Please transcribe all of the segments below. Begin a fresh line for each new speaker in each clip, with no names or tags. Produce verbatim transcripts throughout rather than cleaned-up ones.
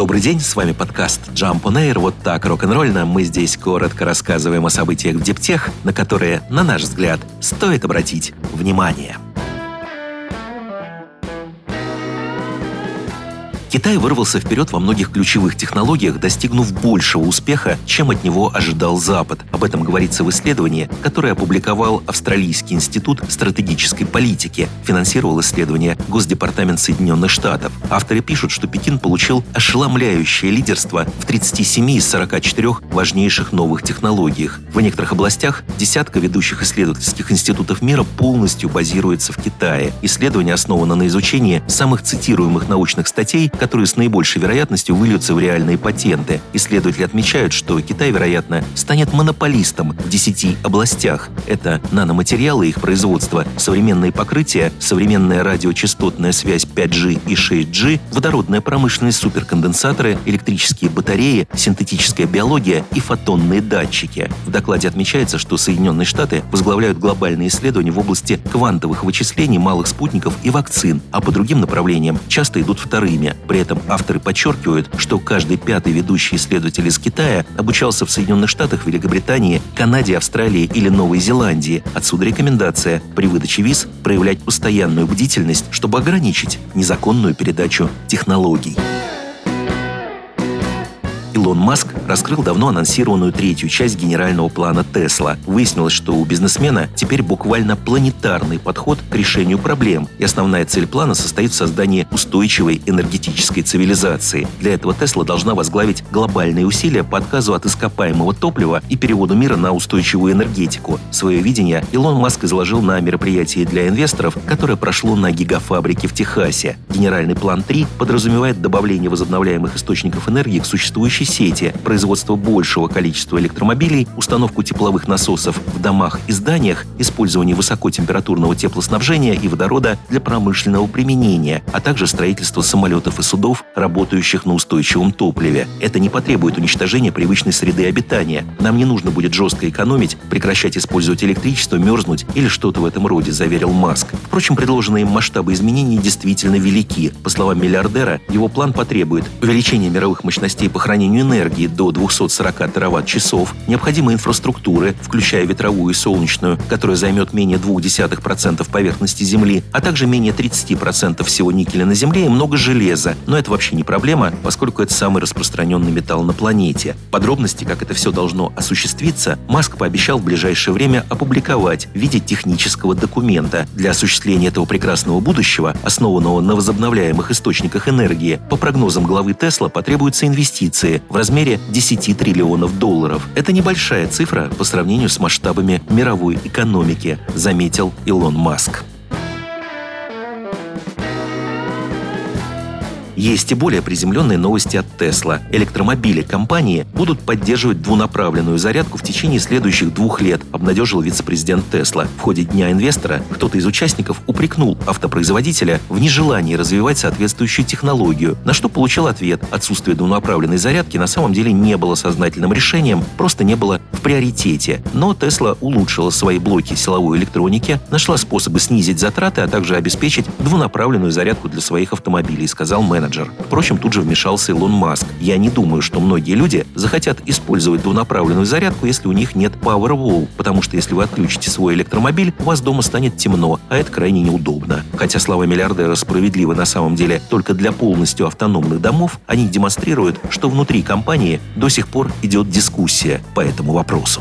Добрый день, с вами подкаст Jump on Air. Вот так рок-н-ролльно мы здесь коротко рассказываем о событиях в Диптех, на которые, на наш взгляд, стоит обратить внимание. Китай вырвался вперед во многих ключевых технологиях, достигнув большего успеха, чем от него ожидал Запад. Об этом говорится в исследовании, которое опубликовал Австралийский институт стратегической политики. Финансировал исследование Госдепартамент Соединенных Штатов. Авторы пишут, что Пекин получил ошеломляющее лидерство в тридцати семи из сорока четырёх важнейших новых технологиях. В некоторых областях десятка ведущих исследовательских институтов мира полностью базируется в Китае. Исследование основано на изучении самых цитируемых научных статей, которые с наибольшей вероятностью выльются в реальные патенты. Исследователи отмечают, что Китай, вероятно, станет монополистом в десяти областях. Это наноматериалы и их производство, современные покрытия, современная радиочастотная связь пять джи и шесть джи, водородная промышленность, суперконденсаторы, электрические батареи, синтетическая биология и фотонные датчики. В докладе отмечается, что Соединенные Штаты возглавляют глобальные исследования в области квантовых вычислений, малых спутников и вакцин, а по другим направлениям часто идут вторыми. При этом авторы подчеркивают, что каждый пятый ведущий исследователь из Китая обучался в Соединенных Штатах, Великобритании, Канаде, Австралии или Новой Зеландии. Отсюда рекомендация при выдаче виз проявлять постоянную бдительность, чтобы ограничить незаконную передачу технологий. Илон Маск раскрыл давно анонсированную третью часть генерального плана Тесла. Выяснилось, что у бизнесмена теперь буквально планетарный подход к решению проблем, и основная цель плана состоит в создании устойчивой энергетической цивилизации. Для этого Тесла должна возглавить глобальные усилия по отказу от ископаемого топлива и переводу мира на устойчивую энергетику. Свое видение Илон Маск изложил на мероприятии для инвесторов, которое прошло на гигафабрике в Техасе. Генеральный план три подразумевает добавление возобновляемых источников энергии к существующей сети, производство большего количества электромобилей, установку тепловых насосов в домах и зданиях, использование высокотемпературного теплоснабжения и водорода для промышленного применения, а также строительство самолетов и судов, работающих на устойчивом топливе. Это не потребует уничтожения привычной среды обитания. Нам не нужно будет жестко экономить, прекращать использовать электричество, мерзнуть или что-то в этом роде, заверил Маск. Впрочем, предложенные им масштабы изменений действительно велики. По словам миллиардера, его план потребует увеличения мировых мощностей по хранению энергии до двухсот сорока тераватт-часов, необходимой инфраструктуры, включая ветровую и солнечную, которая займет менее ноль целых две десятых процента поверхности Земли, а также менее тридцати процентов всего никеля на Земле и много железа. Но это вообще не проблема, поскольку это самый распространенный металл на планете. Подробности, как это все должно осуществиться, Маск пообещал в ближайшее время опубликовать в виде технического документа. Для осуществления этого прекрасного будущего, основанного на возобновляемых источниках энергии, по прогнозам главы Тесла потребуются инвестиции в размере десяти триллионов долларов. Это небольшая цифра по сравнению с масштабами мировой экономики, заметил Илон Маск. Есть и более приземленные новости от Тесла. Электромобили компании будут поддерживать двунаправленную зарядку в течение следующих двух лет, обнадежил вице-президент Тесла. В ходе Дня инвестора кто-то из участников упрекнул автопроизводителя в нежелании развивать соответствующую технологию, на что получил ответ: отсутствие двунаправленной зарядки на самом деле не было сознательным решением, просто не было в приоритете. Но Тесла улучшила свои блоки силовой электроники, нашла способы снизить затраты, а также обеспечить двунаправленную зарядку для своих автомобилей, сказал менеджер. Впрочем, тут же вмешался Илон Маск. «Я не думаю, что многие люди захотят использовать двунаправленную зарядку, если у них нет Powerwall, потому что если вы отключите свой электромобиль, у вас дома станет темно, а это крайне неудобно». Хотя слова миллиардера справедливы на самом деле только для полностью автономных домов, они демонстрируют, что внутри компании до сих пор идет дискуссия по этому вопросу.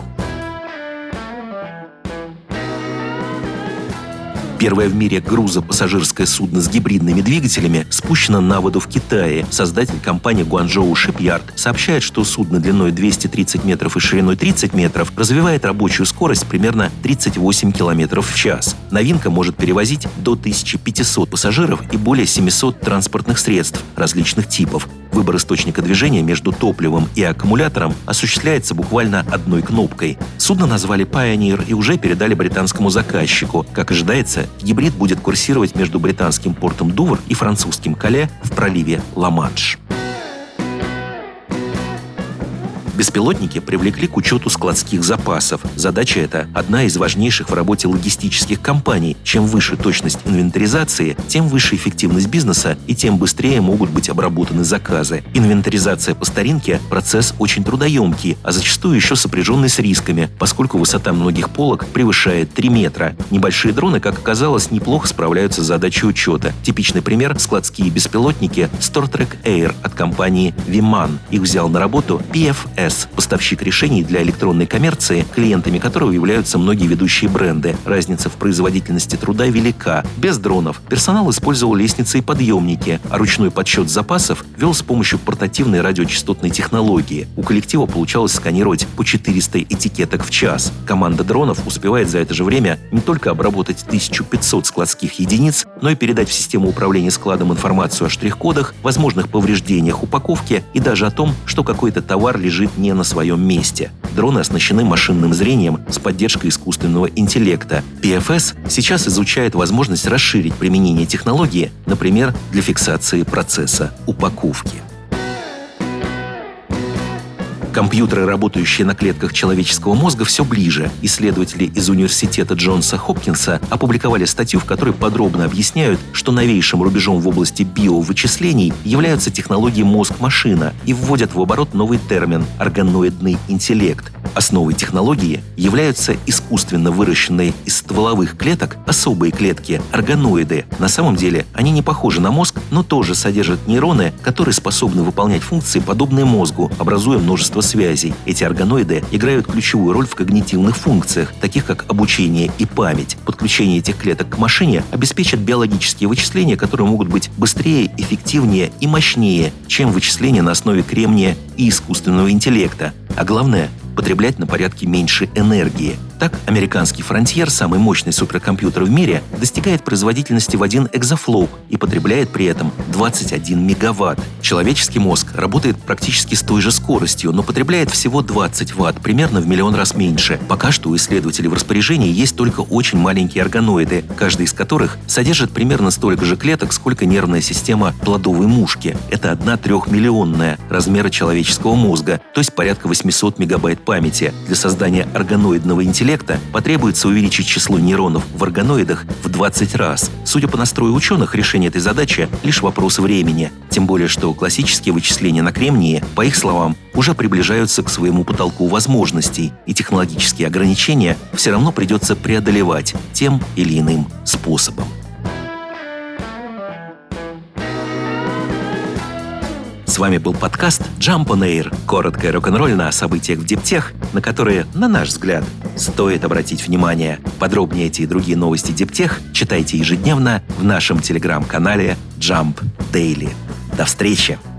Первое в мире грузопассажирское судно с гибридными двигателями спущено на воду в Китае. Создатель компании Guangzhou Shipyard сообщает, что судно длиной двести тридцать метров и шириной тридцать метров развивает рабочую скорость примерно тридцать восемь километров в час. Новинка может перевозить до тысячи пятисот пассажиров и более семисот транспортных средств различных типов. Выбор источника движения между топливом и аккумулятором осуществляется буквально одной кнопкой. Судно назвали Pioneer и уже передали британскому заказчику. Как ожидается, гибрид будет курсировать между британским портом Дувр и французским Кале в проливе Ла-Манш. Беспилотники привлекли к учету складских запасов. Задача эта одна из важнейших в работе логистических компаний. Чем выше точность инвентаризации, тем выше эффективность бизнеса и тем быстрее могут быть обработаны заказы. Инвентаризация по старинке – процесс очень трудоемкий, а зачастую еще сопряженный с рисками, поскольку высота многих полок превышает три метра. Небольшие дроны, как оказалось, неплохо справляются с задачей учета. Типичный пример – складские беспилотники StoreTrack Air от компании Viman. Их взял на работу пи эф эс, поставщик решений для электронной коммерции, клиентами которого являются многие ведущие бренды. Разница в производительности труда велика. Без дронов персонал использовал лестницы и подъемники, а ручной подсчет запасов вел с помощью портативной радиочастотной технологии. У коллектива получалось сканировать по четыреста этикеток в час. Команда дронов успевает за это же время не только обработать тысячу пятьсот складских единиц, но и передать в систему управления складом информацию о штрих-кодах, возможных повреждениях упаковки и даже о том, что какой-то товар лежит не на своем месте. Дроны оснащены машинным зрением с поддержкой искусственного интеллекта. пи эф эс сейчас изучает возможность расширить применение технологии, например, для фиксации процесса упаковки. Компьютеры, работающие на клетках человеческого мозга, все ближе. Исследователи из университета Джонса Хопкинса опубликовали статью, в которой подробно объясняют, что новейшим рубежом в области биовычислений являются технологии мозг-машина и вводят в оборот новый термин – органоидный интеллект. Основой технологии являются искусственно выращенные из стволовых клеток особые клетки – органоиды. На самом деле они не похожи на мозг, но тоже содержат нейроны, которые способны выполнять функции, подобные мозгу, образуя множество связей. Эти органоиды играют ключевую роль в когнитивных функциях, таких как обучение и память. Подключение этих клеток к машине обеспечит биологические вычисления, которые могут быть быстрее, эффективнее и мощнее, чем вычисления на основе кремния и искусственного интеллекта. А главное – потреблять на порядке меньше энергии. Так, американский Frontier, самый мощный суперкомпьютер в мире, достигает производительности в один экзофлоп и потребляет при этом двадцать один мегаватт. Человеческий мозг работает практически с той же скоростью, но потребляет всего двадцать ватт, примерно в миллион раз меньше. Пока что у исследователей в распоряжении есть только очень маленькие органоиды, каждый из которых содержит примерно столько же клеток, сколько нервная система плодовой мушки. Это одна трехмиллионная размера человеческого мозга, то есть порядка восемьсот мегабайт памяти. Для создания органоидного интеллекта потребуется увеличить число нейронов в органоидах в двадцать раз. Судя по настрою ученых, решение этой задачи – лишь вопрос времени. Тем более, что классические вычисления на кремнии, по их словам, уже приближаются к своему потолку возможностей, и технологические ограничения все равно придется преодолевать тем или иным способом. С вами был подкаст Jump on Air. Короткая рок-н-ролльная о событиях в Диптех, на которые, на наш взгляд, стоит обратить внимание. Подробнее эти и другие новости Диптех читайте ежедневно в нашем телеграм-канале Jump Daily. До встречи!